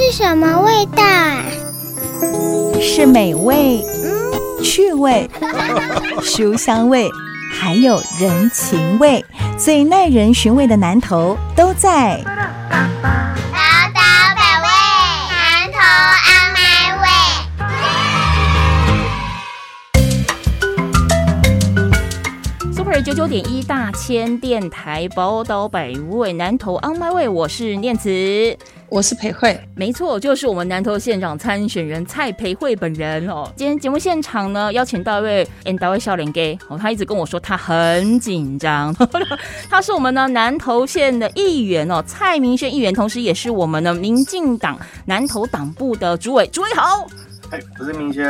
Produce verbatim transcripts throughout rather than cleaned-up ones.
是什么味道啊？ 是美味、嗯、趣味、书香味，还有人情味，最耐人寻味的南投都在宝岛百味，南投 on my way。Super 九九点一大千电台宝岛百味，南投 on my way， 我是念慈， 我是培慧， 没错，就是我们南投县长参选人蔡培慧本人哦。今天节目现场呢，邀请到一位 N 大位少年 gay 哦，他一直跟我说他很紧张，他是我们呢南投县的议员哦，蔡明轩议员，同时也是我们的民进党南投党部的主委，主委好。 哎，我是明轩，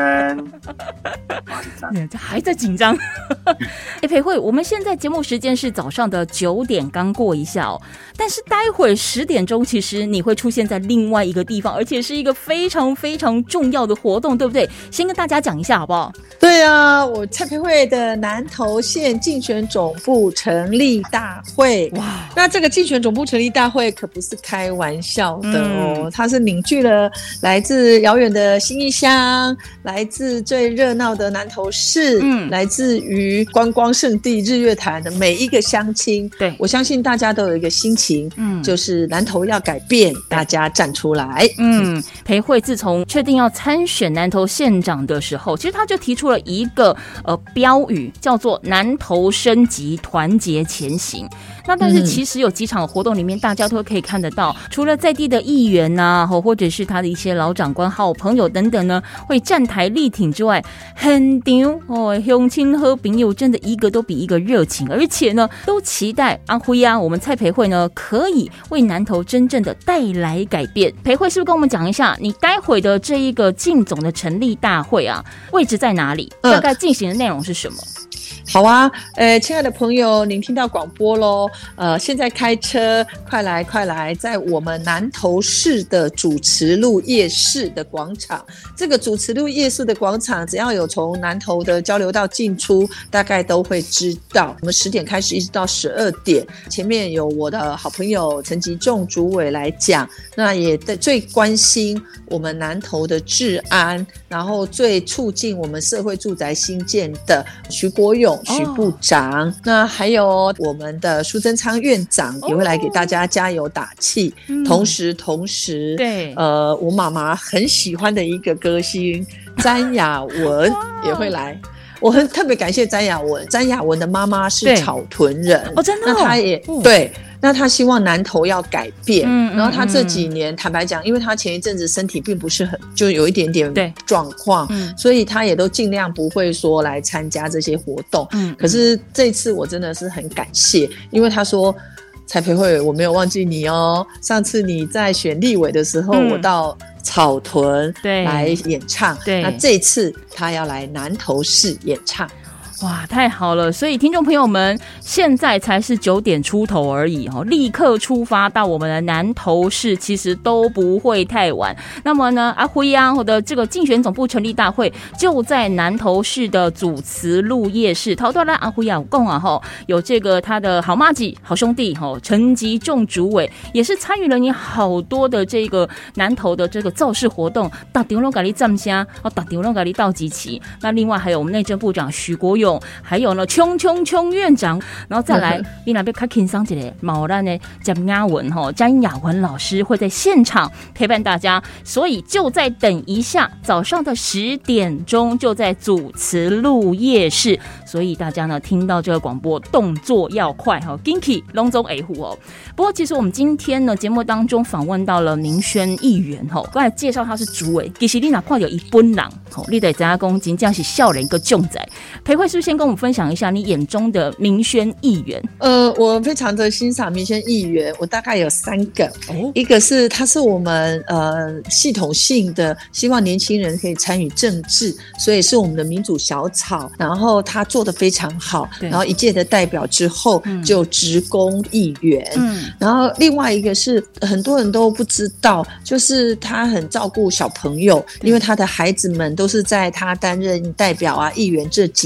还在紧张。哎，培慧，我们现在节目时间是早上的九点刚过一下哦，但是待会十点钟，其实你会出现在另外一个地方，而且是一个非常非常重要的活动，对不对？先跟大家讲一下好不好？ 对啊，我蔡培慧的南投县竞选总部成立大会。哇，那这个竞选总部成立大会可不是开玩笑的哦，嗯、它是凝聚了来自遥远的新义乡。来自最热闹的南投市、嗯、来自于观光胜地日月潭的每一个乡亲，对，我相信大家都有一个心情、嗯、就是南投要改变，大家站出来。 嗯，培慧自从确定要参选南投县长的时候，其实他就提出了一个呃标语，叫做南投升级团结前行。那但是其实有几场活动里面大家都可以看得到，除了在地的议员啊，或者是他的一些老长官好朋友等等呢会站台力挺之外，很牛哦，乡亲和朋友真的一个都比一个热情，而且呢都期待阿辉啊，我们蔡培慧呢可以为南投真正的带来改变。培慧是不是跟我们讲一下你待会的这一个竞总的成立大会啊，位置在哪里？大概进行的内容是什么？嗯好啊，呃，亲爱的朋友，您听到广播咯，呃，现在开车，快来快来，在我们南投市的主持路夜市的广场，这个主持路夜市的广场，只要有从南投的交流道进出，大概都会知道。我们十点开始一直到十二点，前面有我的好朋友陈吉仲主委来讲，那也最关心我们南投的治安，然后最促进我们社会住宅新建的徐国勇徐部长、oh. 那还有我们的苏贞昌院长也会来给大家加油打气、oh. 同时同时对呃，我妈妈很喜欢的一个歌星詹雅文也会来、oh.我很特别感谢詹雅文，詹雅文的妈妈是草屯人哦，真的、哦，那她也、嗯、对，那她希望南投要改变，嗯、然后她这几年、嗯、坦白讲，因为她前一阵子身体并不是很，就有一点点状况，嗯、所以她也都尽量不会说来参加这些活动。嗯，可是这次我真的是很感谢，因为她说。蔡培慧，我没有忘记你哦。上次你在选立委的时候，嗯、我到草屯来演唱，对，那这次他要来南投市演唱。 哇，太好了！所以听众朋友们，现在才是九点出头而已哦，立刻出发到我们的南投市，其实都不会太晚。那么呢，阿辉啊，我的这个竞选总部成立大会就在南投市的主慈路夜市。陶大来阿辉啊，共啊哈，有这个他的好麻吉、好兄弟哈，陈吉仲主委也是参与了你好多的这个南投的这个造势活动，打电话给你站下，哦，打电话给你倒集齐。那另外还有我们内政部长徐国勇。还有呢，冲冲冲院长，然后再来，你那边较轻松一点，毛咱的詹雅文哈，詹雅文老师会在现场陪伴大家，所以就在等一下，早上的十点钟就在主慈路夜市，所以大家呢听到这个广播动作要快哈 ，Ginky 龙中 A 户哦。不过其实我们今天呢节目当中访问到了明轩议员哈，刚才介绍他是主委，其实你哪看到一本人吼，你得知影讲真正是少年个将仔。培慧是不是先跟我们分享一下你眼中的明轩议员？ 呃，我非常的欣赏明轩议员，我大概有三个，哦、一个是他是我们呃系统性的希望年轻人可以参与政治，所以是我们的民主小草，然后他做得非常好，然后一届的代表之后就职工议员，嗯，然后另外一个是很多人都不知道，就是他很照顾小朋友，因为他的孩子们都是在他担任代表啊议员这几年出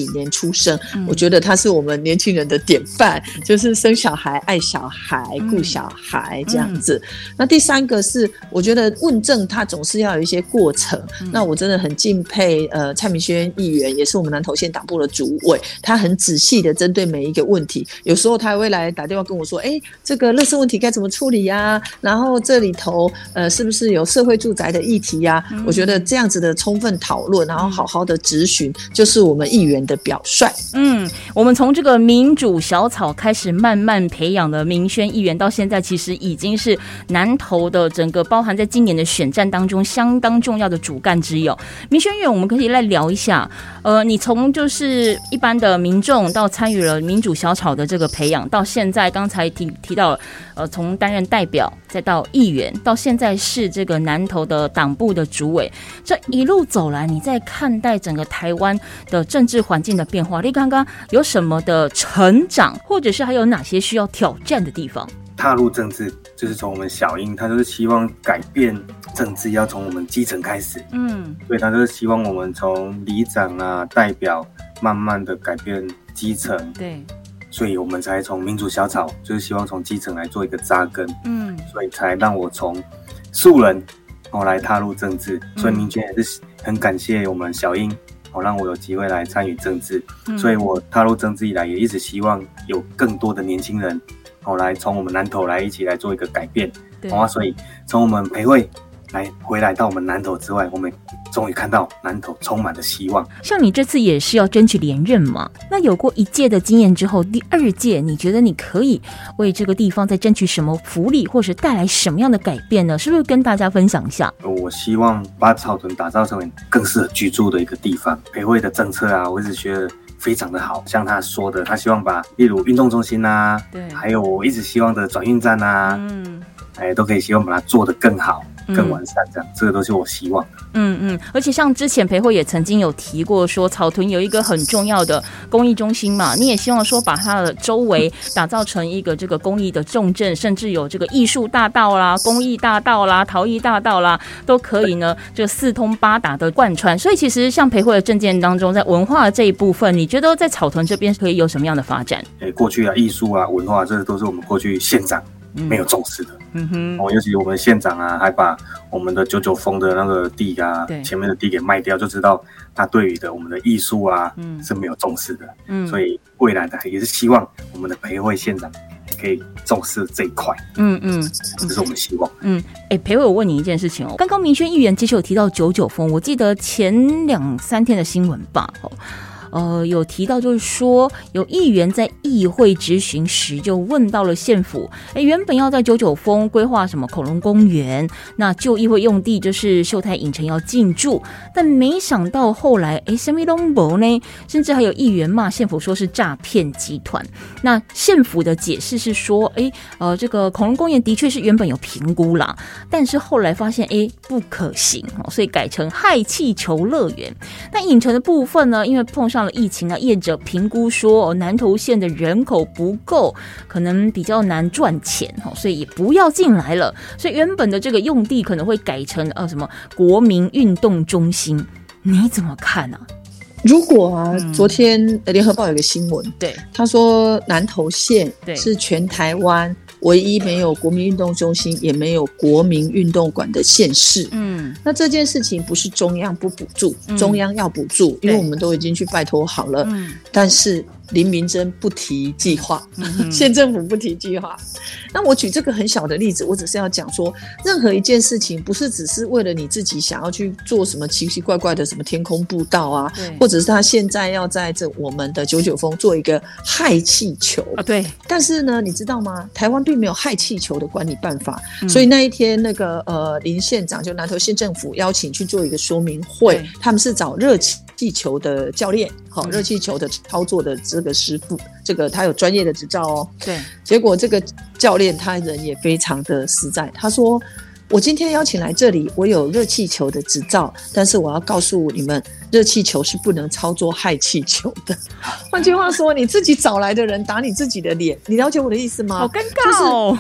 出生、嗯、我觉得他是我们年轻人的典范，就是生小孩爱小孩顾小孩这样子、嗯、那第三个是我觉得问政他总是要有一些过程、嗯、那我真的很敬佩呃蔡明轩议员，也是我们南投县党部的主委，他很仔细的针对每一个问题，有时候他还会来打电话跟我说，哎，这个垃圾问题该怎么处理啊，然后这里头呃是不是有社会住宅的议题啊、嗯、我觉得这样子的充分讨论，然后好好的质询，就是我们议员的表率。 嗯，我们从这个民主小草开始慢慢培养的明轩议员，到现在其实已经是南投的整个包含在今年的选战当中相当重要的主干之一。明轩议员，我们可以来聊一下，呃，你从就是一般的民众到参与了民主小草的这个培养，到现在刚才提提到了，呃，从担任代表再到议员，到现在是这个南投的党部的主委，这一路走来，你在看待整个台湾的政治环境的变化，你刚刚有什么的成长，或者是还有哪些需要挑战的地方？ 踏入政治就是从我们小英，他就是希望改变政治要从我们基层开始，嗯，所以他就是希望我们从里长啊代表慢慢的改变基层，对，所以我们才从民主小草就是希望从基层来做一个扎根，嗯，所以才让我从素人哦来踏入政治，所以明轩也是很感谢我们小英哦让我有机会来参与政治，嗯，所以我踏入政治以来也一直希望有更多的年轻人哦来从我们南投来一起来做一个改变，哦，所以从我们培会来回来到我们南投之外，我们终于看到南投充满了希望。 像你这次也是要争取连任嘛，那有过一届的经验之后，第二届你觉得你可以为这个地方再争取什么福利，或是带来什么样的改变呢？是不是跟大家分享一下？ 我希望把草屯打造成为更适合居住的一个地方。培会的政策啊，我一直觉得非常的好，像他说的，他希望把例如运动中心啊，对，还有我一直希望的转运站啊，嗯，哎，都可以希望把它做得更好更完善，这样、嗯、这个都是我希望的。 嗯嗯，而且像之前培会也曾经有提过说，草屯有一个很重要的公益中心嘛，你也希望说把它的周围打造成一个这个公益的重镇，甚至有这个艺术大道啦、公益大道啦、陶艺大道啦，都可以呢这个四通八达的贯穿。所以其实像培会的政见当中，在文化的这一部分，你觉得在草屯这边可以有什么样的发展？ 欸、过去啊，艺术啊、文化，这都是我们过去县长没有重视的。嗯哼，哦，尤其我们县长啊，还把我们的九九峰的那个地啊，前面的地给卖掉，就知道他对于的我们的艺术啊、嗯、是没有重视的。嗯，所以未来的也是希望我们的培会县长可以重视这一块。嗯嗯，这是我们希望。 嗯，哎、欸，培会，我问你一件事情哦，刚刚明轩议员其实有提到九九峰，我记得前两三天的新闻吧，哦。呃，有提到就是说，有议员在议会质询时就问到了县府，哎，原本要在九九峰规划什么恐龙公园，那旧议会用地就是秀泰影城要进驻，但没想到后来，哎，什么都没呢，甚至还有议员骂县府说是诈骗集团。那县府的解释是说，哎，呃，这个恐龙公园的确是原本有评估啦，但是后来发现，哎，不可行，所以改成氦气球乐园。那影城的部分呢，因为碰上了疫情啊，业者评估说、哦、南投县的人口不够，可能比较难赚钱、哦、所以也不要进来了。所以原本的这个用地可能会改成呃什么国民运动中心，你怎么看啊？ 如果啊，嗯、昨天联合报有个新闻， 对， 他说南投县是全台湾唯一没有国民运动中心也没有国民运动馆的县市。嗯，那这件事情不是中央不补助、嗯、中央要补助，因为我们都已经去拜托好了、嗯、但是林明珍不提计划、嗯、县政府不提计划。那我举这个很小的例子，我只是要讲说，任何一件事情不是只是为了你自己想要去做什么奇奇怪怪的什么天空步道啊，或者是他现在要在这我们的九九峰做一个氦气球啊，对。但是呢，你知道吗？台湾并没有氦气球的管理办法、嗯、所以那一天那个呃林县长就南投县政府邀请去做一个说明会，他们是找热气球的教练，好、哦，热气球的操作的这个师傅，这个他有专业的执照哦。对，结果这个教练他人也非常的实在，他说：“我今天邀请来这里，我有热气球的执照，但是我要告诉你们，热气球是不能操作氦气球的。”换句话说，你自己找来的人打你自己的脸，你了解我的意思吗？ 好尴尬哦。 就是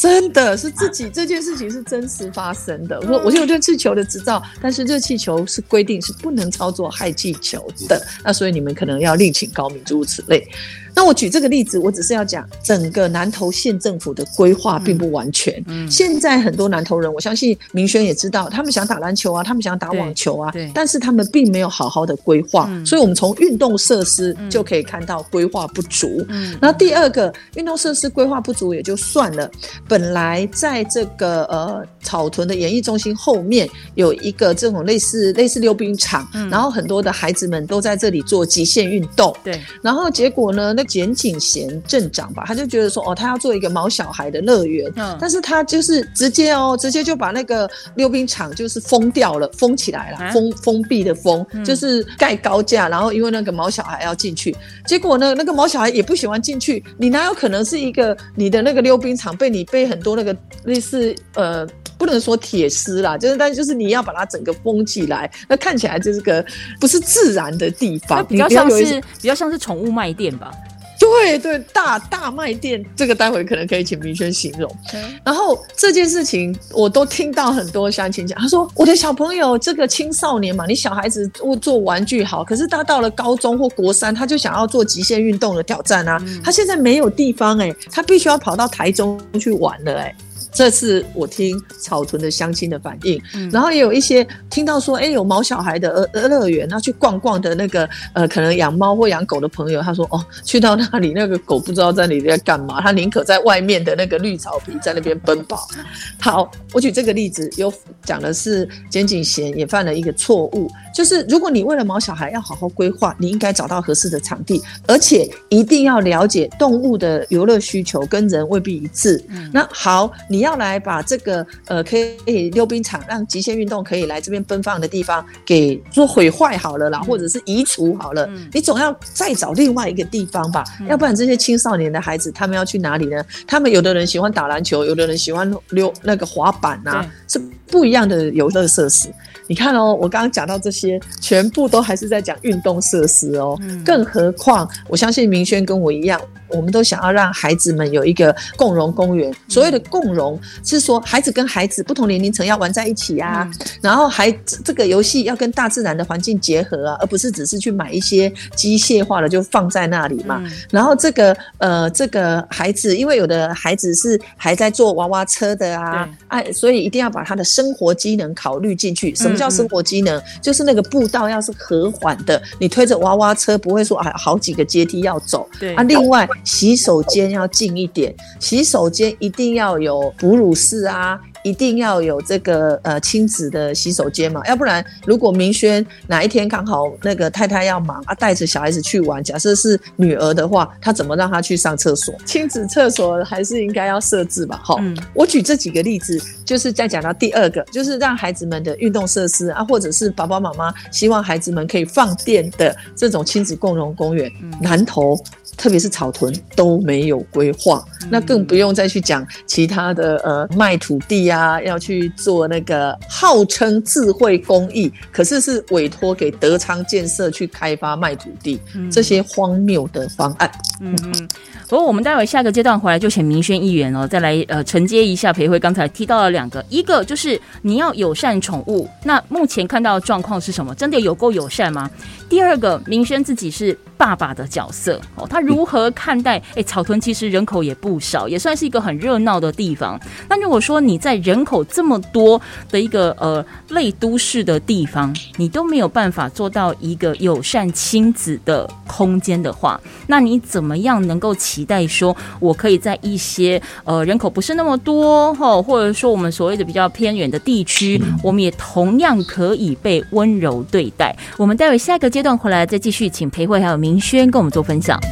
真的是自己这件事情是真实发生的。我说我有热气球的执照，但是热气球是规定是不能操作氦气球的，那所以你们可能要另请高明，诸如此类。那我举这个例子，我只是要讲整个南投县政府的规划并不完全。嗯嗯、现在很多南投人，我相信明轩也知道，他们想打篮球啊，他们想打网球啊，但是他们并没有好好的规划、嗯，所以我们从运动设施就可以看到规划不足。嗯，然后第二个，运动设施规划不足也就算了，本来在这个呃草屯的演艺中心后面有一个这种类似类似溜冰场、嗯，然后很多的孩子们都在这里做极限运动。对，然后结果呢，那简景贤镇长吧，他就觉得说，哦，他要做一个毛小孩的乐园、嗯，但是他就是直接哦，直接就把那个溜冰场就是封掉了，封起来了，啊、封封闭的封、嗯，就是盖高架，然后因为那个毛小孩要进去，结果呢，那个毛小孩也不喜欢进去，你哪有可能是一个你的那个溜冰场被你被很多那个类似呃。不能说铁丝啦，就是但就是你要把它整个封起来，那看起来就是个不是自然的地方， 比较像是比较像是宠物卖店吧。 对对，大大卖店，这个待会可能可以请明轩形容。嗯、然后这件事情我都听到很多乡亲讲，他说我的小朋友这个青少年嘛，你小孩子做玩具好，可是他到了高中或国三，他就想要做极限运动的挑战啊，嗯、他现在没有地方哎、欸，他必须要跑到台中去玩了哎、欸。这是我听草屯的乡亲的反应、嗯、然后也有一些听到说，哎，有毛小孩的乐园，那去逛逛的那个呃，可能养猫或养狗的朋友，他说，哦，去到那里那个狗不知道在里面在干嘛，他宁可在外面的那个绿草皮在那边奔跑。好，我举这个例子，有讲的是简景贤也犯了一个错误，就是如果你为了毛小孩要好好规划，你应该找到合适的场地，而且一定要了解动物的游乐需求跟人未必一致。嗯、那好，你要来把这个呃可以溜冰场让极限运动可以来这边奔放的地方给做毁坏好了啦、嗯、或者是移除好了、嗯、你总要再找另外一个地方吧、嗯、要不然这些青少年的孩子他们要去哪里呢？他们有的人喜欢打篮球，有的人喜欢溜那个滑板啊，是不一样的游乐设施。你看哦，我刚刚讲到这些全部都还是在讲运动设施哦、嗯、更何况我相信明轩跟我一样，我们都想要让孩子们有一个共融公园。所谓的共融是说孩子跟孩子不同年龄层要玩在一起啊、嗯、然后孩子这个游戏要跟大自然的环境结合啊，而不是只是去买一些机械化的就放在那里嘛、嗯、然后这个呃这个孩子，因为有的孩子是还在坐娃娃车的啊，啊所以一定要把他的生活机能考虑进去。什么叫生活机能？嗯嗯就是那个步道要是和缓的，你推着娃娃车不会说啊好几个阶梯要走。对啊，另外洗手间要近一点，洗手间一定要有哺乳室啊，一定要有这个呃亲子的洗手间嘛，要不然如果明轩哪一天刚好那个太太要忙啊，带着小孩子去玩，假设是女儿的话，她怎么让她去上厕所？亲子厕所还是应该要设置吧。齁、嗯、我举这几个例子，就是再讲到第二个，就是让孩子们的运动设施啊，或者是爸爸妈妈希望孩子们可以放电的这种亲子共融公园、嗯、南投特别是草屯都没有规划、嗯、那更不用再去讲其他的呃卖土地啊，要去做那个号称智慧公益，可是是委托给德昌建设去开发卖土地、嗯、这些荒谬的方案。 嗯嗯，不过我们待会下个阶段回来就请明轩议员哦，再来呃承接一下培慧刚才提到了两个，一个就是你要友善宠物，那目前看到的状况是什么？真的有够友善吗？第二个，明轩自己是爸爸的角色哦，他如何看待？哎，草屯其实人口也不少，也算是一个很热闹的地方。那如果说你在人口这么多的一个呃类都市的地方，你都没有办法做到一个友善亲子的空间的话，那你怎么样能够期待说，我可以在一些呃人口不是那么多哈，或者说我们所谓的比较偏远的地区，我们也同样可以被温柔对待？我们待会下个阶段回来再继续请培慧还有明轩跟我们做分享。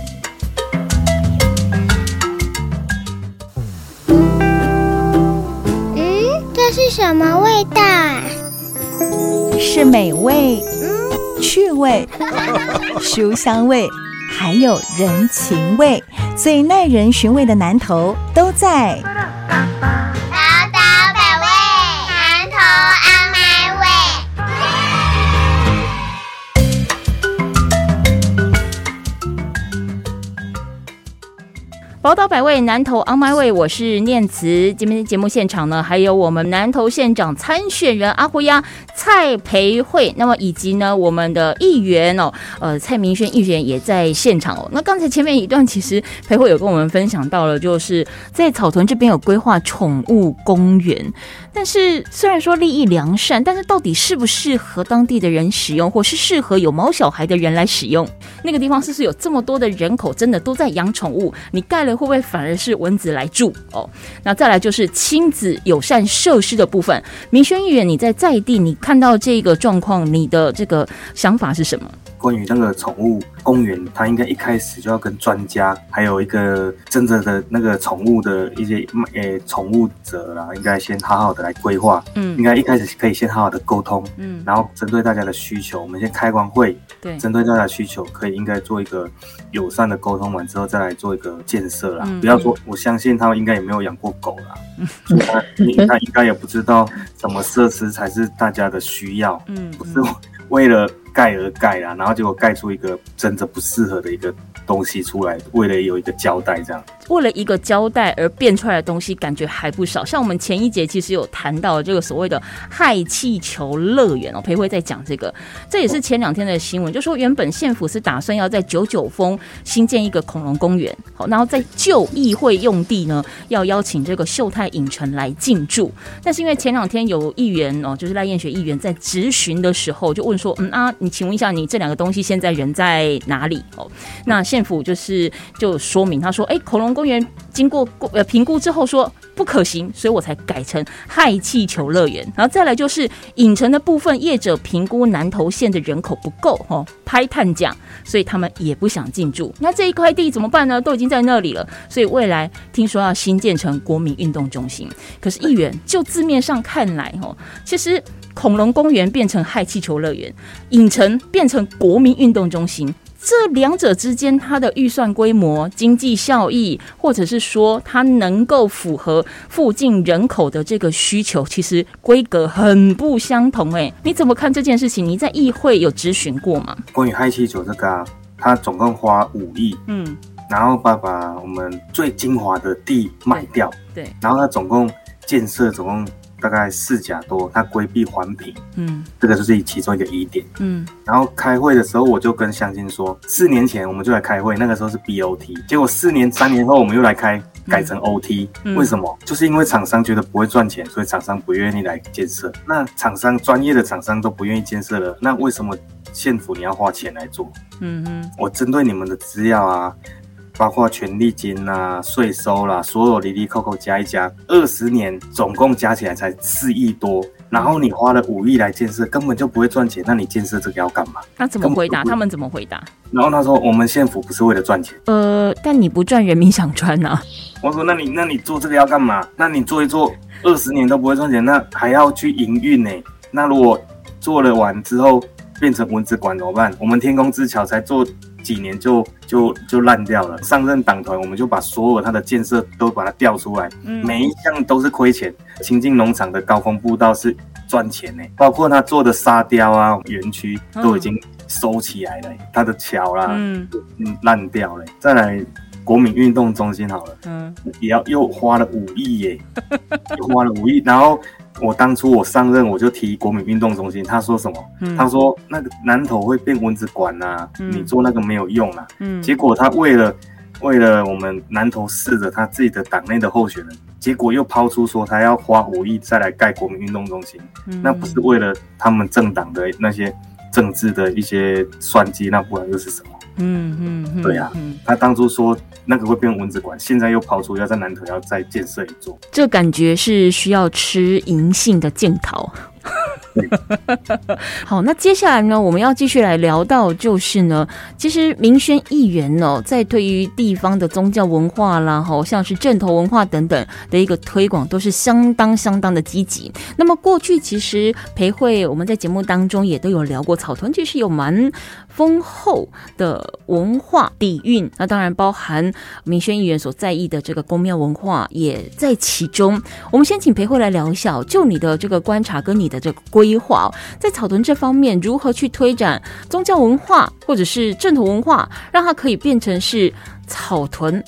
嗯，这是什么味道啊？ 是美味、嗯、趣味、书香味，还有人情味，最耐人寻味的南投都在宝岛百味，南投阿麦味。 宝岛百味，南投 On My Way， 我是念慈。今天节目现场呢，还有我们南投县长参选人阿虎呀蔡培慧，那么以及呢我们的议员哦，呃蔡明轩议员也在现场哦。那刚才前面一段，其实培慧有跟我们分享到了，就是在草屯这边有规划宠物公园，但是虽然说利益良善，但是到底适不适合当地的人使用，或是适合有毛小孩的人来使用？那个地方是不是有这么多的人口，真的都在养宠物？你盖了会不会反而是蚊子来住哦？那再来就是亲子友善设施的部分。明轩议员，你在在地你看到这个状况，你的这个想法是什么？ 关于那个宠物公园，它应该一开始就要跟专家，还有一个真正的那个宠物的一些诶宠物者啦，应该先好好的来规划。嗯，应该一开始可以先好好的沟通。嗯，然后针对大家的需求，我们先开完会，对，针对大家的需求，可以应该做一个友善的沟通完之后，再来做一个建设啦。嗯、不要说，我相信他们应该也没有养过狗啦，嗯、所以他他应该也不知道什么设施才是大家的需要。嗯，不是为了盖而盖啦，然后结果盖出一个真的不适合的一个东西出来，为了有一个交代这样。 为了一个交代而变出来的东西，感觉还不少。像我们前一节其实有谈到这个所谓的氦气球乐园哦，培慧在讲这个，这也是前两天的新闻，就说原本县府是打算要在九九峰新建一个恐龙公园，好，然后在旧议会用地呢，要邀请这个秀泰影城来进驻。但是因为前两天有议员哦，就是赖燕雪议员在质询的时候就问说，嗯啊，你请问一下，你这两个东西现在人在哪里？哦，那县府就是就说明，他说，哎，恐龙公园经过呃评估之后说不可行，所以我才改成氦气球乐园。然后再来就是影城的部分，业者评估南投县的人口不够哦，拍碳价，所以他们也不想进驻。那这一块地怎么办呢？都已经在那里了，所以未来听说要新建成国民运动中心。可是议员就字面上看来哦，其实恐龙公园变成氦气球乐园，影城变成国民运动中心。这两者之间，它的预算规模、经济效益，或者是说它能够符合附近人口的这个需求，其实规格很不相同。哎，你怎么看这件事情？你在议会有质询过吗？ 关于氦气球这个啊，它总共花五亿，嗯，然后把把我们最精华的地卖掉，对，对然后它总共建设总共大概四甲多，它规避环评，嗯，这个就是其中一个疑点，嗯。然后开会的时候，我就跟乡亲说，四年前我们就来开会，那个时候是 B O T， 结果四年、三年后我们又来开，改成 O T，嗯、为什么？就是因为厂商觉得不会赚钱，所以厂商不愿意来建设。那厂商专业的厂商都不愿意建设了，那为什么县府你要花钱来做？嗯哼，我针对你们的资料啊。包括权利金啦、税收啦，所有里里扣扣加一加，二十年总共加起来才四亿多。然后你花了五亿来建设，根本就不会赚钱，那你建设这个要干嘛？ 那怎么回答？他们怎么回答？ 然后他说：“我们县府不是为了赚钱。” 呃，但你不赚，人民想赚啊。 我说：“那你那你做这个要干嘛？那你做一做，二十年都不会赚钱，那还要去营运呢？那如果做了完之后变成蚊子馆怎么办？我们天空之桥才做。”几年就就就烂掉了。上任党团，我们就把所有它的建设都把它调出来，嗯、每一项都是亏钱。清境农场的高空步道是赚钱呢，包括他做的沙雕啊园区都已经收起来了，他的桥啦，嗯嗯烂掉了。再来国民运动中心好了，嗯，也要又花了五亿耶，又花了五亿，然后。我当初我上任我就提国民运动中心，他说什么？嗯、他说那个南投会变蚊子馆啊，嗯、你做那个没有用啊。嗯、结果他为了为了我们南投市的他自己的党内的候选人，结果又抛出说他要花五亿再来盖国民运动中心，嗯、那不是为了他们政党的那些政治的一些算计，那不然又是什么？嗯嗯嗯，对啊，嗯、他当初说那个会变蚊子馆，现在又跑出要在南投要再建设一座， 这感觉是需要吃银杏的剑桃。好，那接下来呢，我们要继续来聊到就是呢，其实民宣议员呢，在对于地方的宗教文化啦，好像是阵头文化等等的一个推广，都是相当相当的积极。那么过去其实培慧我们在节目当中也都有聊过，草屯其实有蛮丰厚的文化底蕴，那当然包含民宣议员所在意的这个宫庙文化也在其中。我们先请培慧来聊一下，就你的这个观察跟你的这个规划，在草屯这方面如何去推展宗教文化或者是阵头文化，让它可以变成是草屯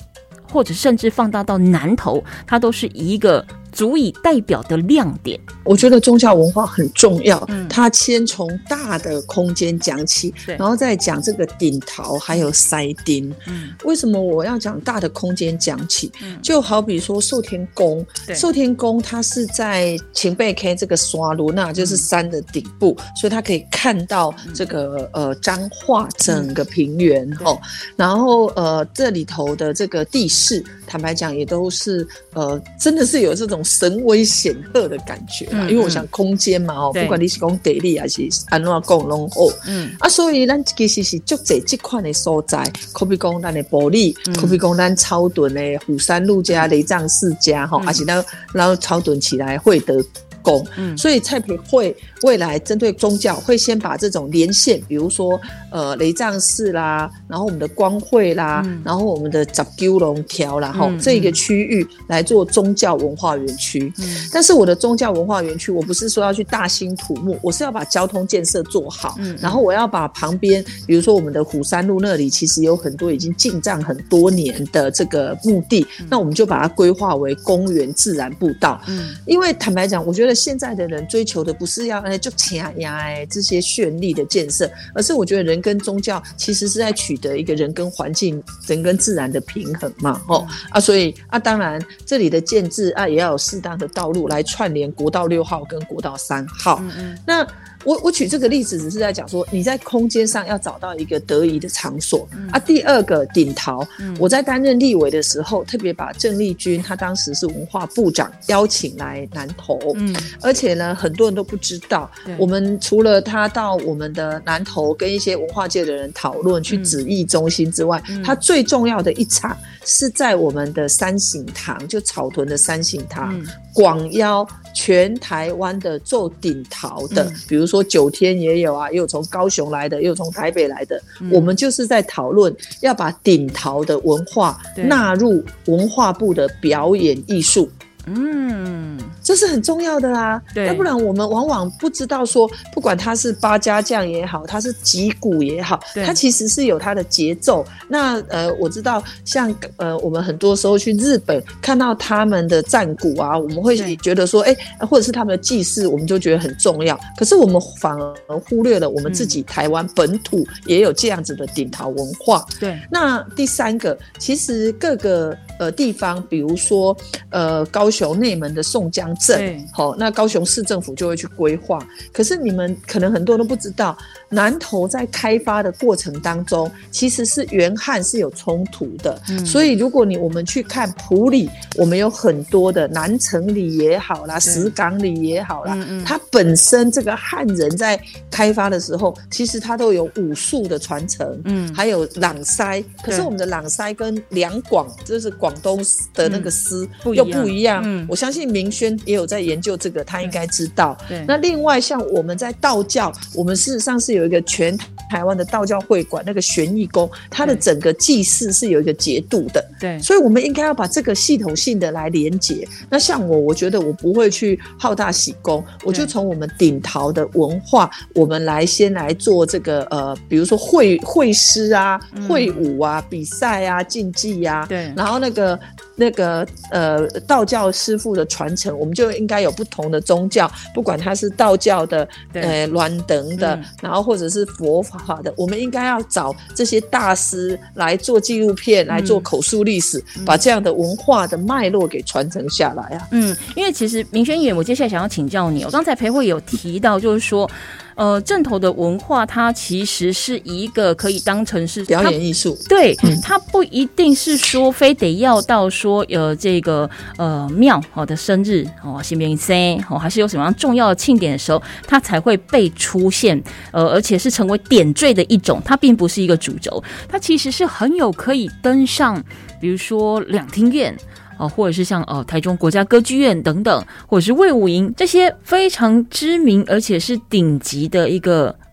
或者甚至放大到南投，它都是一个足以代表的亮点。 我觉得宗教文化很重要，嗯、它先从大的空间讲起，然后再讲这个顶桃还有塞丁。嗯、为什么我要讲大的空间讲起？嗯、就好比说寿天宫，寿天宫它是在青背 K 这个山路，那就是山的顶部，嗯、所以它可以看到这个呃彰化整个平原哦。然后呃这里头的这个地势，坦白讲也都是呃真的是有这种神威显赫的感觉啦。嗯、因为我想空间嘛哦，不管你是讲地理还是安怎讲拢好，嗯啊，所以咱其实是足侪这款的所在，可比讲咱的埔里，嗯、可比讲咱草屯的虎山路家、雷藏世家哈，还是咱然后草屯起来会得。嗯、所以蔡培会未来针对宗教会先把这种连线，比如说呃雷藏寺啦，然后我们的光会啦，嗯、然后我们的十九龙条啦，嗯、这个区域来做宗教文化园区。嗯、但是我的宗教文化园区，我不是说要去大兴土木，我是要把交通建设做好，嗯、然后我要把旁边，比如说我们的虎山路那里，其实有很多已经进藏很多年的这个墓地，嗯、那我们就把它规划为公园自然步道。嗯、因为坦白讲，我觉得现在的人追求的不是要就强呀这些绚丽的建设，而是我觉得人跟宗教其实是在取得一个人跟环境、人跟自然的平衡嘛，哦、嗯、啊，所以啊，当然这里的建制啊也要有适当的道路来串联国道六号跟国道三号。嗯嗯那我我举这个例子只是在讲说，你在空间上要找到一个得宜的场所、嗯、啊。第二个顶桃、嗯，我在担任立委的时候，特别把郑丽君，他当时是文化部长，邀请来南投，嗯，而且呢，很多人都不知道，我们除了他到我们的南投跟一些文化界的人讨论，去旨意中心之外，嗯、他最重要的一场是在我们的三省堂，就草屯的三省堂，广、嗯、邀全台湾的做顶桃的，嗯、比如说九天也有啊，也有从高雄来的，也有从台北来的，嗯、我们就是在讨论要把顶桃的文化纳入文化部的表演艺术。嗯，这是很重要的啦，要不然我们往往不知道说，不管它是八家将也好，它是击鼓也好，它其实是有它的节奏。那呃，我知道像呃，我们很多时候去日本看到他们的战鼓啊，我们会觉得说，哎，或者是他们的祭祀，我们就觉得很重要。可是我们反而忽略了我们自己台湾本土也有这样子的顶桃文化。对，那第三个，其实各个呃地方，比如说呃高雄。高雄内门的宋江镇，好，那高雄市政府就会去规划。可是你们可能很多人都不知道，南投在开发的过程当中，其实是原汉是有冲突的。嗯、所以如果你我们去看埔里，我们有很多的南城里也好啦，石港里也好啦，嗯嗯它本身这个汉人在开发的时候，其实它都有武术的传承，嗯，还有朗塞。可是我们的朗塞跟两广，就是广东的那个诗、嗯、又不一样。嗯、我相信明轩也有在研究这个，他应该知道。那另外像我们在道教，我们事实上是有一个全台湾的道教会馆，那个玄义宫，它的整个祭祀是有一个节度的。对，所以我们应该要把这个系统性的来连结。那像我，我觉得我不会去好大喜功，我就从我们顶桃的文化，我们来先来做这个呃，比如说会会师啊、会舞啊、比赛啊、竞技啊，对，然后那个那个呃道教师傅的传承，我们就应该有不同的宗教，不管它是道教的、呃鸾灯的、嗯，然后或者是佛法的，我们应该要找这些大师来做纪录片，嗯、来做口述历史，嗯、把这样的文化的脉络给传承下来啊。 嗯，因为其实明轩爷，我接下来想要请教你，我刚才培慧有提到，就是说。呃，镇头的文化，它其实是一个可以当成是表演艺术， 对、嗯，它不一定是说非得要到说呃这个呃庙好的生日哦，新年生哦，还是有什么样重要的庆典的时候，它才会被出现，呃，而且是成为点缀的一种，它并不是一个主轴，它其实是很有可以登上，比如说两厅院。哦，或者是像哦台中国家歌剧院等等，或者是卫武营这些非常知名而且是顶级的一个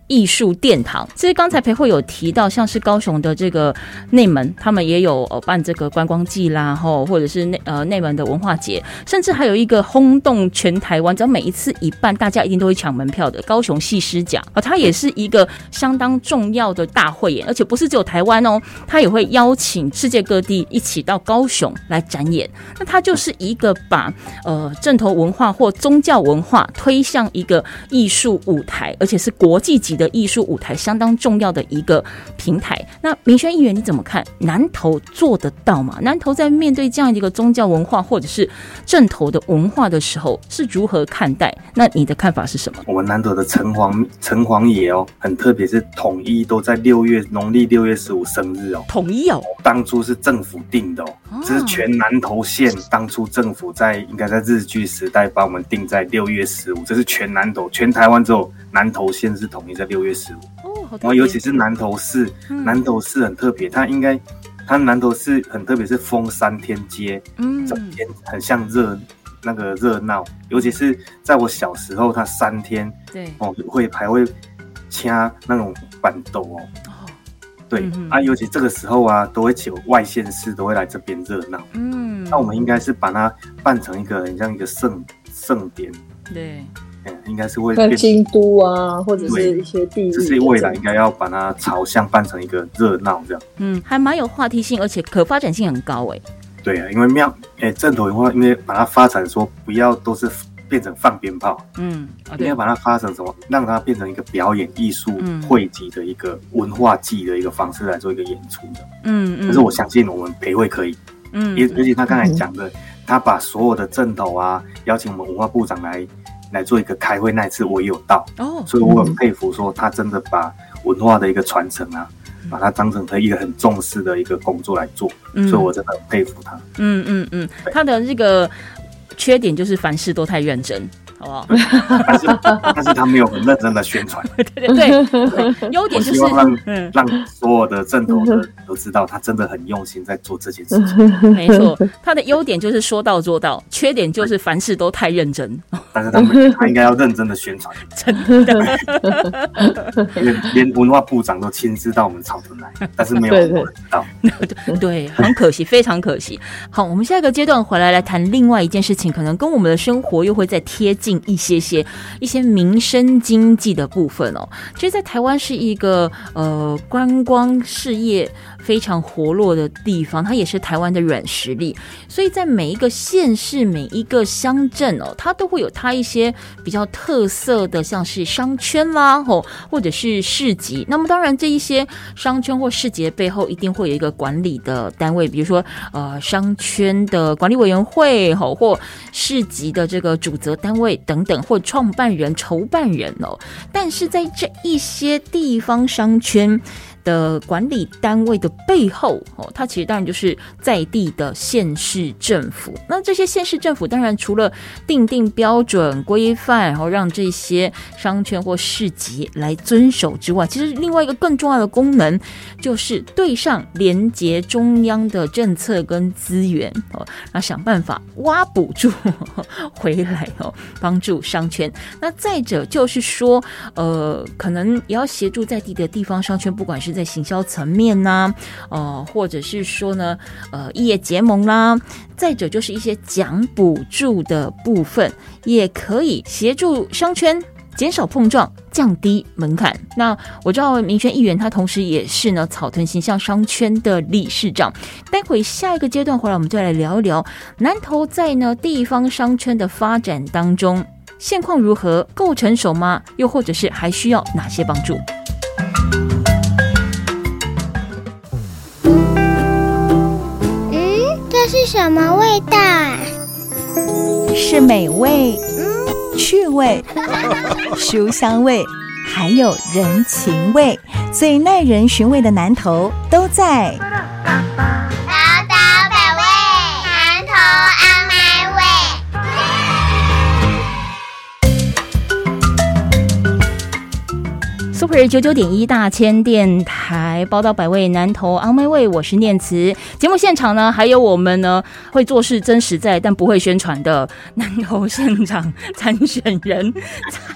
艺术殿堂。其实刚才培慧有提到，像是高雄的这个内门，他们也有办这个观光季啦，或者是内呃内门的文化节，甚至还有一个轰动全台湾，只要每一次一办，大家一定都会抢门票的高雄戏狮奖，它也是一个相当重要的大汇演，而且不是只有台湾哦，它也会邀请世界各地一起到高雄来展演。那它就是一个把呃阵头文化或宗教文化推向一个艺术舞台，而且是国际级的艺术舞台，相当重要的一个平台。那明轩议员你怎么看？南投做得到吗？南投在面对这样一个宗教文化或者是阵头的文化的时候是如何看待？那你的看法是什么？ 我们南投的城隍城隍爷哦，很特别，是统一都在六月农历六月十五生日哦。 统一哦， 当初是政府定的哦，哦这是全南投县当初政府在应该在日据时代把我们定在六月十五，这是全南投全台湾只有南投县是统一在六月十五。哦，然后尤其是南投市，嗯、南投市很特别，它应该它南投市很特别，是封三天街，嗯，整天很像热那个热闹，尤其是在我小时候，它三天对哦会还会掐那种板斗哦。对、嗯、啊，尤其这个时候啊，都会有外县市都会来这边热闹。嗯，那我们应该是把它办成一个很像一个盛盛典。对，嗯，应该是会变京都啊，或者是一些地域。 只是未来应该要把它朝向办成一个热闹这样。 嗯，还蛮有话题性，而且可发展性很高哎、欸。 对啊，因为庙诶阵头文化，因为把它发展说不要都是变成放鞭炮，嗯，一定要把它发成什么，让它变成一个表演艺术汇集的一个文化季的一个方式来做一个演出的，嗯嗯。可是我相信我们培慧可以，嗯，尤其他刚才讲的，他把所有的阵头啊，邀请我们文化部长来来做一个开会，那一次我也有到，哦，所以我很佩服，说他真的把文化的一个传承啊，把它当成他一个很重视的一个工作来做，嗯、所以我真的很佩服他。 嗯嗯嗯，他的这个缺点就是凡事都太认真，好不好？ 但是但是他没有很认真的宣传。 对对对，优点就是我希望让、嗯、让所有的阵头的人都知道，他真的很用心在做这件事情。 没错，他的优点就是说到做到，缺点就是凡事都太认真。 但是他们他应该要认真的宣传，真的。连连文化部长都亲自到我们草屯来，但是没有很多人知道。 对, 对，很可惜，非常可惜。好，我们下一个阶段回来来谈另外一件事情，可能跟我们的生活又会再贴近一些些一些民生经济的部分哦。其实，在台湾是一个呃观光事业非常活络的地方，它也是台湾的软实力，所以在每一个县市、每一个乡镇哦，它都会有它一些比较特色的，像是商圈啦，吼，或者是市集。那么当然，这一些商圈或市集的背后，一定会有一个管理的单位，比如说呃商圈的管理委员会，吼，或市集的这个主责单位等等，或创办人、筹办人哦。但是在这一些地方商圈的管理单位的背后，哦，它其实当然就是在地的县市政府。那这些县市政府当然除了订定标准规范，然后让这些商圈或市集来遵守之外，其实另外一个更重要的功能就是对上连结中央的政策跟资源，哦，然后想办法挖补助回来，哦，帮助商圈。那再者就是说，呃，可能也要协助在地的地方商圈，不管是在行销层面呐、啊，呃，或者是说呢，呃，异业结盟啦，再者就是一些奖补助的部分，也可以协助商圈减少碰撞，降低门槛。那我知道民选议员他同时也是呢草屯形象商圈的理事长。待会下一个阶段回来，我们就来聊一聊南投在呢地方商圈的发展当中现况如何，够成熟吗？又或者是还需要哪些帮助？ 这是什么味道啊？ 是美味、嗯、趣味、书香味，还有人情味，最耐人寻味的南投都在宝岛百味，南投阿麦味。 Super 九九点一大千电台宝岛百味，南投昂麦味，我是念慈。节目现场呢，还有我们呢会做事真实在但不会宣传的南投县长参选人蔡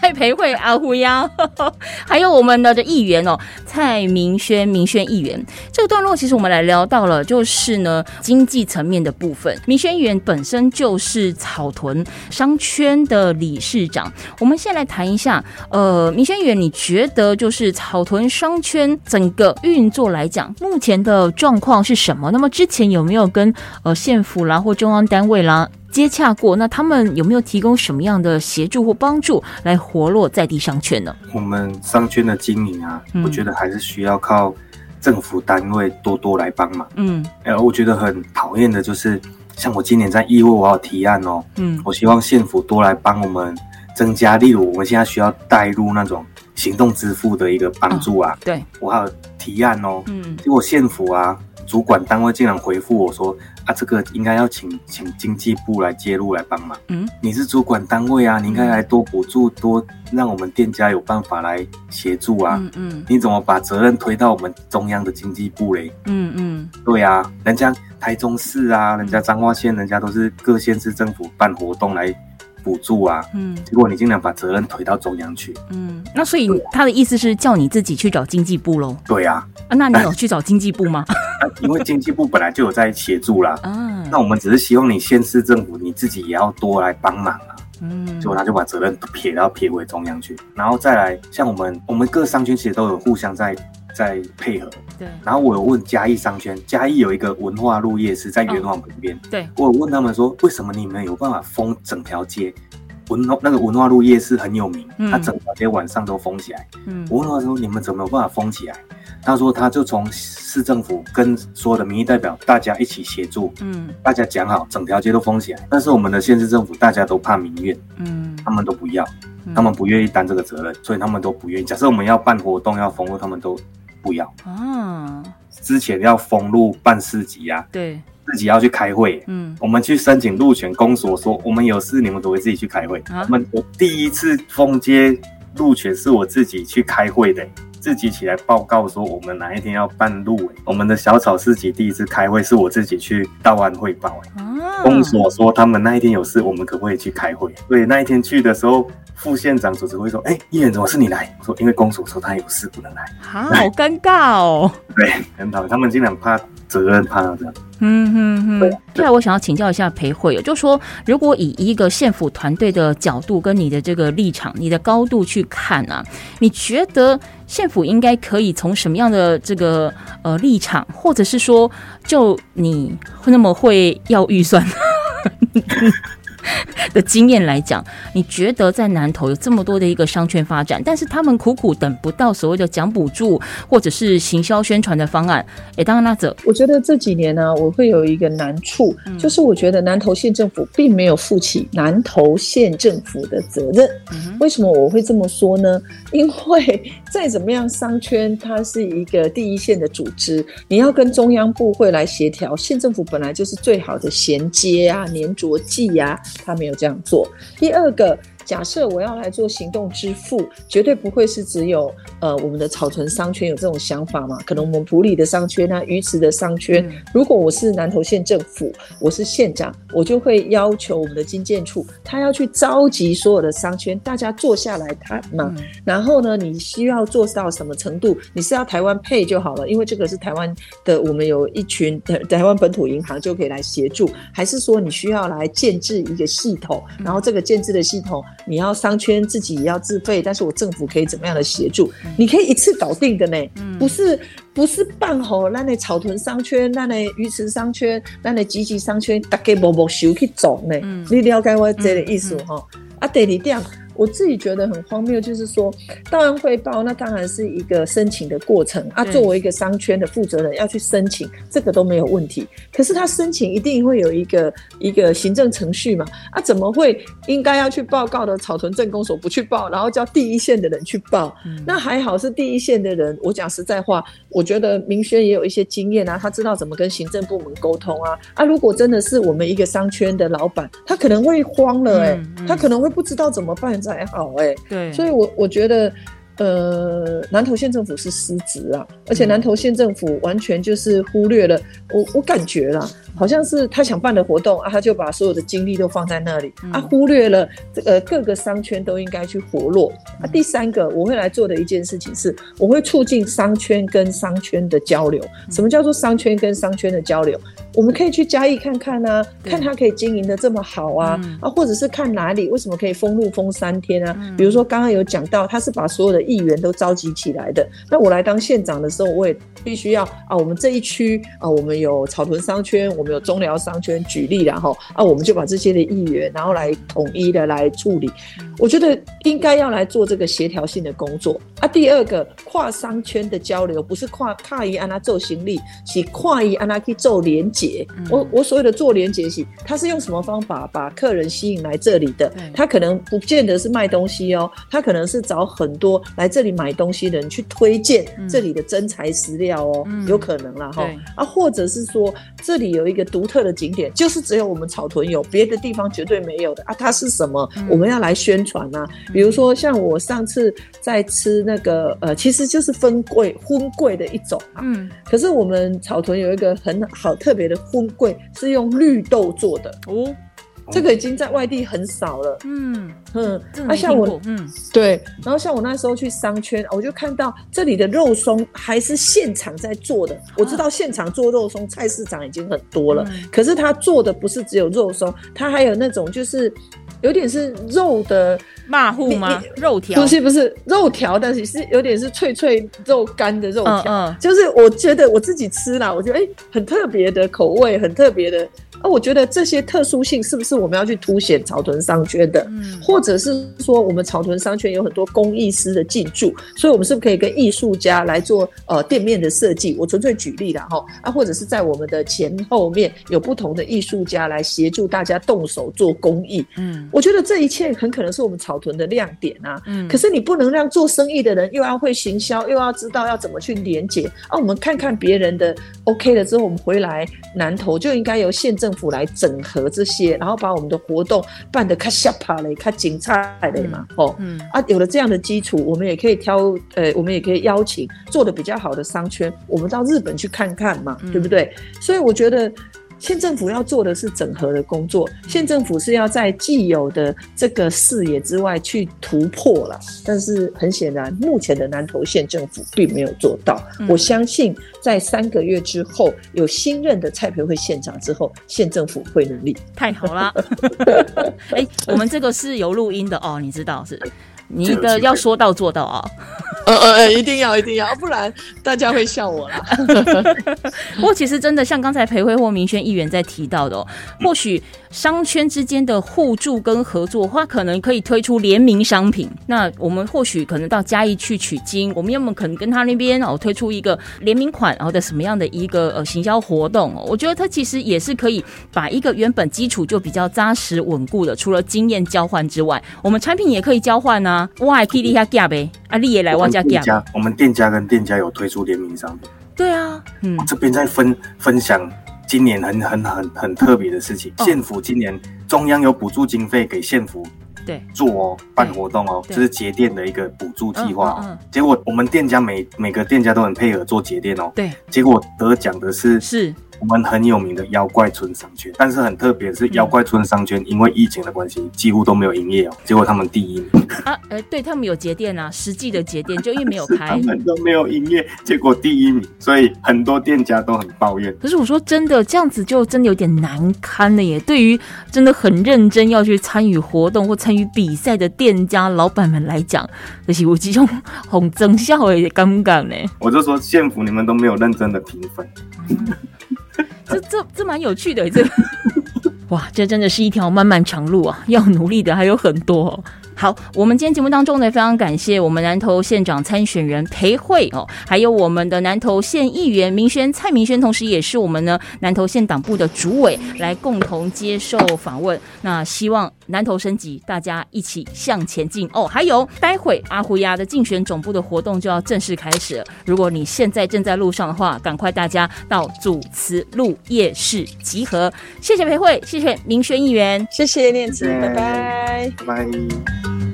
蔡培慧阿胡呀，还有我们的议员哦，蔡明轩明轩议员。这个段落其实我们来聊到了，就是呢经济层面的部分。明轩议员本身就是草屯商圈的理事长，我们先来谈一下，呃，明轩议员，你觉得就是草屯商圈整个运作来讲，目前的状况是什么？那么之前有没有跟呃县府啦或中央单位啦接洽过？那他们有没有提供什么样的协助或帮助来活络在地商圈呢？ 我们商圈的经营啊，嗯、我觉得还是需要靠政府单位多多来帮忙。嗯，呃，我觉得很讨厌的就是，像我今年在议会我有提案哦，嗯，我希望县府多来帮我们增加，例如我们现在需要带入那种行动支付的一个帮助啊。哦、 对， 我还有提案哦，嗯，结果县府啊。主管单位竟然回复我说啊，这个应该要请请经济部来介入来帮忙。嗯，你是主管单位啊，你应该来多补助，多让我们店家有办法来协助啊。嗯嗯，你怎么把责任推到我们中央的经济部嘞？嗯嗯，对啊，人家台中市啊，人家彰化县，人家都是各县市政府办活动来补助啊，嗯，结果你竟然把责任推到中央去，嗯， 那所以他的意思是叫你自己去找经济部咯？ 对啊， 啊，那你有去找经济部吗？ 因为经济部本来就有在协助啦，啊，那我们只是希望你县市政府你自己也要多来帮忙啊，嗯，结果他就把责任撇到撇回中央去，然后再来像我们我们各商圈其实都有互相在在配合，对。然后我有问嘉义商圈，嘉义有一个文化路夜市在元朗旁边，哦，对。我有问他们说，为什么你们有办法封整条街？文那个文化路夜市很有名，嗯，它整条街晚上都封起来。嗯，我问他说，你们怎么有办法封起来？他说他就从市政府跟所有的民意代表大家一起协助，嗯，大家讲好整条街都封起来。但是我们的县市政府大家都怕民怨，嗯，他们都不要，他们不愿意担这个责任，所以他们都不愿意。假设我们要办活动要封路，他们都不要。啊，之前要封路办市集啊，对。自己要去开会，嗯，我们去申请路权，公所说我们有事你们都会自己去开会。啊，我们我第一次封街路权是我自己去开会的，自己起来报告说我们哪一天要办路，我们的小草市集第一次开会是我自己去到案汇报。啊，公所说他们那一天有事，我们可不可以去开会？所以那一天去的时候，副县长主持会说：“哎，欸，议员怎么是你来？”我说：“因为公所说他有事不能来。” 好尴尬哦。 对，很讨厌，他们竟然怕责任，怕这样。 嗯哼哼，接下来我想要请教一下培慧，就说如果以一个县府团队的角度跟你的这个立场、你的高度去看啊，你觉得县府应该可以从什么样的这个呃立场，或者是说就你那么会要预算的经验来讲，你觉得在南投有这么多的一个商圈发展，但是他们苦苦等不到所谓的奖补助或者是行销宣传的方案，哎，当然那者， 我觉得这几年呢，我会有一个难处，嗯，就是我觉得南投县政府并没有负起南投县政府的责任。嗯，为什么我会这么说呢？因为再怎么样，商圈它是一个第一线的组织，你要跟中央部会来协调，县政府本来就是最好的衔接啊、粘着剂啊。他没有这样做。第二个，假设我要来做行动支付，绝对不会是只有呃我们的草屯商圈有这种想法嘛？可能我们埔里的商圈啊、鱼池的商圈，嗯，如果我是南投县政府，我是县长，我就会要求我们的经建处，他要去召集所有的商圈，大家坐下来谈嘛。嗯，然后呢，你需要做到什么程度？你是要台湾配就好了，因为这个是台湾的，我们有一群台湾本土银行就可以来协助，还是说你需要来建制一个系统，然后这个建制的系统你要商圈自己也要自费，但是我政府可以怎么样的协助？嗯，你可以一次搞定的呢，嗯，不是不是办好咱的草屯商圈、咱的鱼池商圈、咱的集集商圈，大家默默收去做呢，嗯，你了解我这个意思哈？嗯嗯，啊，第二点。我自己觉得很荒谬，就是说到案汇报那当然是一个申请的过程啊，作为一个商圈的负责人要去申请，这个都没有问题。可是他申请一定会有一个一个行政程序嘛，啊，怎么会应该要去报告的草屯镇公所不去报，然后叫第一线的人去报？嗯，那还好是第一线的人，我讲实在话，我觉得明轩也有一些经验啊，他知道怎么跟行政部门沟通啊。啊，如果真的是我们一个商圈的老板，他可能会慌了哎，欸嗯嗯，他可能会不知道怎么办才好哎，欸，对，所以我我觉得，呃，南投县政府是失职啊，而且南投县政府完全就是忽略了，我我感觉啦， 好像是他想办的活动啊，他就把所有的精力都放在那里、嗯、啊，忽略了这个各个商圈都应该去活络、嗯、啊。第三个我会来做的一件事情是，我会促进商圈跟商圈的交流。嗯、什么叫做商圈跟商圈的交流？我们可以去嘉义看看啊，看他可以经营的这么好啊、嗯、啊，或者是看哪里为什么可以封路封三天啊、嗯、比如说刚刚有讲到他是把所有的议员都召集起来的，那我来当县长的时候，我也必须要啊，我们这一区啊，我们有草屯商圈，我们有中寮商圈，举例啦齁啊，我们就把这些的议员然后来统一的来处理。我觉得应该要来做这个协调性的工作啊。第二个，跨商圈的交流不是跨跨一按他做行李，是跨一按他去做连结。嗯、我我所谓的做连结是，他是用什么方法把客人吸引来这里的？他可能不见得是卖东西哦，他可能是找很多来这里买东西的人去推荐这里的真材实料哦，嗯、有可能啦齁啊，或者是说这里有一个独特的景点，就是只有我们草屯有，别的地方绝对没有的啊。它是什么？嗯、我们要来宣传啊。比如说像我上次在吃那个呃，其实就是分桂荤桂的一种啊。嗯。可是我们草屯有一个很好特别的荤桂，是用绿豆做的哦。这个已经在外地很少了。嗯嗯，啊，像我，嗯，对，然后像我那时候去商圈，我就看到这里的肉松还是现场在做的。我知道现场做肉松，菜市场已经很多了，嗯、可是他做的不是只有肉松，他还有那种就是有点是肉的马户吗？肉条？ 不是不是肉条，但是是有点是脆脆肉干的肉条。嗯嗯，就是我觉得我自己吃啦，我觉得哎、欸，很特别的口味，很特别的。啊，我觉得这些特殊性是不是我们要去凸显草屯商圈的、嗯、或者是说我们草屯商圈有很多工艺师的进驻，所以我们是不是可以跟艺术家来做呃店面的设计？我纯粹举例啦齁啊，或者是在我们的前后面有不同的艺术家来协助大家动手做工艺。嗯，我觉得这一切很可能是我们草屯的亮点啊。嗯，可是你不能让做生意的人又要会行销，又要知道要怎么去连结啊。我们看看别人的 OK 了之后，我们回来南投就应该由县政府来整合这些，然后把我们的活动办得较下趴嘞，较精彩嘞嘛，哦，嗯啊，有了这样的基础，我们也可以挑，呃，我们也可以邀请做得比较好的商圈，我们到日本去看看嘛，嗯、对不对？所以我觉得县政府要做的是整合的工作，县政府是要在既有的这个视野之外去突破了，但是很显然，目前的南投县政府并没有做到。嗯、我相信在三个月之后，有新任的蔡培慧县长之后，县政府会努力。 太好了！哎、欸，我们这个是有录音的哦，你知道是。你的要说到做到啊！ 呃呃，一定要一定要，不然大家会笑我啦。 不过其实真的像刚才培慧或明轩议员在提到的哦，或许商圈之间的互助跟合作的话，可能可以推出联名商品。那我们或许可能到嘉义去取经，我们有没有可能跟他那边哦推出一个联名款，然后的什么样的一个呃行销活动？哦，我觉得它其实也是可以把一个原本基础就比较扎实稳固的，除了经验交换之外，我们产品也可以交换啊。我还可以立下价呗，啊，你也来我家价。 我们店家跟店家有推出联名商品。 对啊，嗯， 我这边在分分享今年很很很很特别的事情。哦、县府今年中央有补助经费给县府对做哦办活动哦，这是节电的一个补助计划哦。嗯嗯嗯、结果我们店家每每个店家都很配合做节电哦。对，结果得奖的是是。我们很有名的妖怪村商圈，但是很特别的是妖怪村商圈因为疫情的关系几乎都没有营业哦，结果他们第一名啊，呃，对他们有节电啊，实际的节电就因为没有开， 他们都没有营业，结果第一名，所以很多店家都很抱怨。 可是我说真的，这样子就真的有点难堪了耶。对于真的很认真要去参与活动或参与比赛的店家老板们来讲，就是有这种很增效的尴尬呢。 我就说县府你们都没有认真的评分。嗯这这这蛮有趣的，这个哇，这真的是一条漫漫长路啊，要努力的还有很多哦。好，我们今天节目当中呢，非常感谢我们南投县长参选人培慧哦，还有我们的南投县议员明轩蔡明轩，同时也是我们呢南投县党部的主委，来共同接受访问。那希望南投升级，大家一起向前进哦。还有，待会阿胡牙的竞选总部的活动就要正式开始了。如果你现在正在路上的话，赶快大家到主慈路夜市集合。谢谢培慧，谢谢明轩议员， 谢谢念慈，拜拜， 拜拜。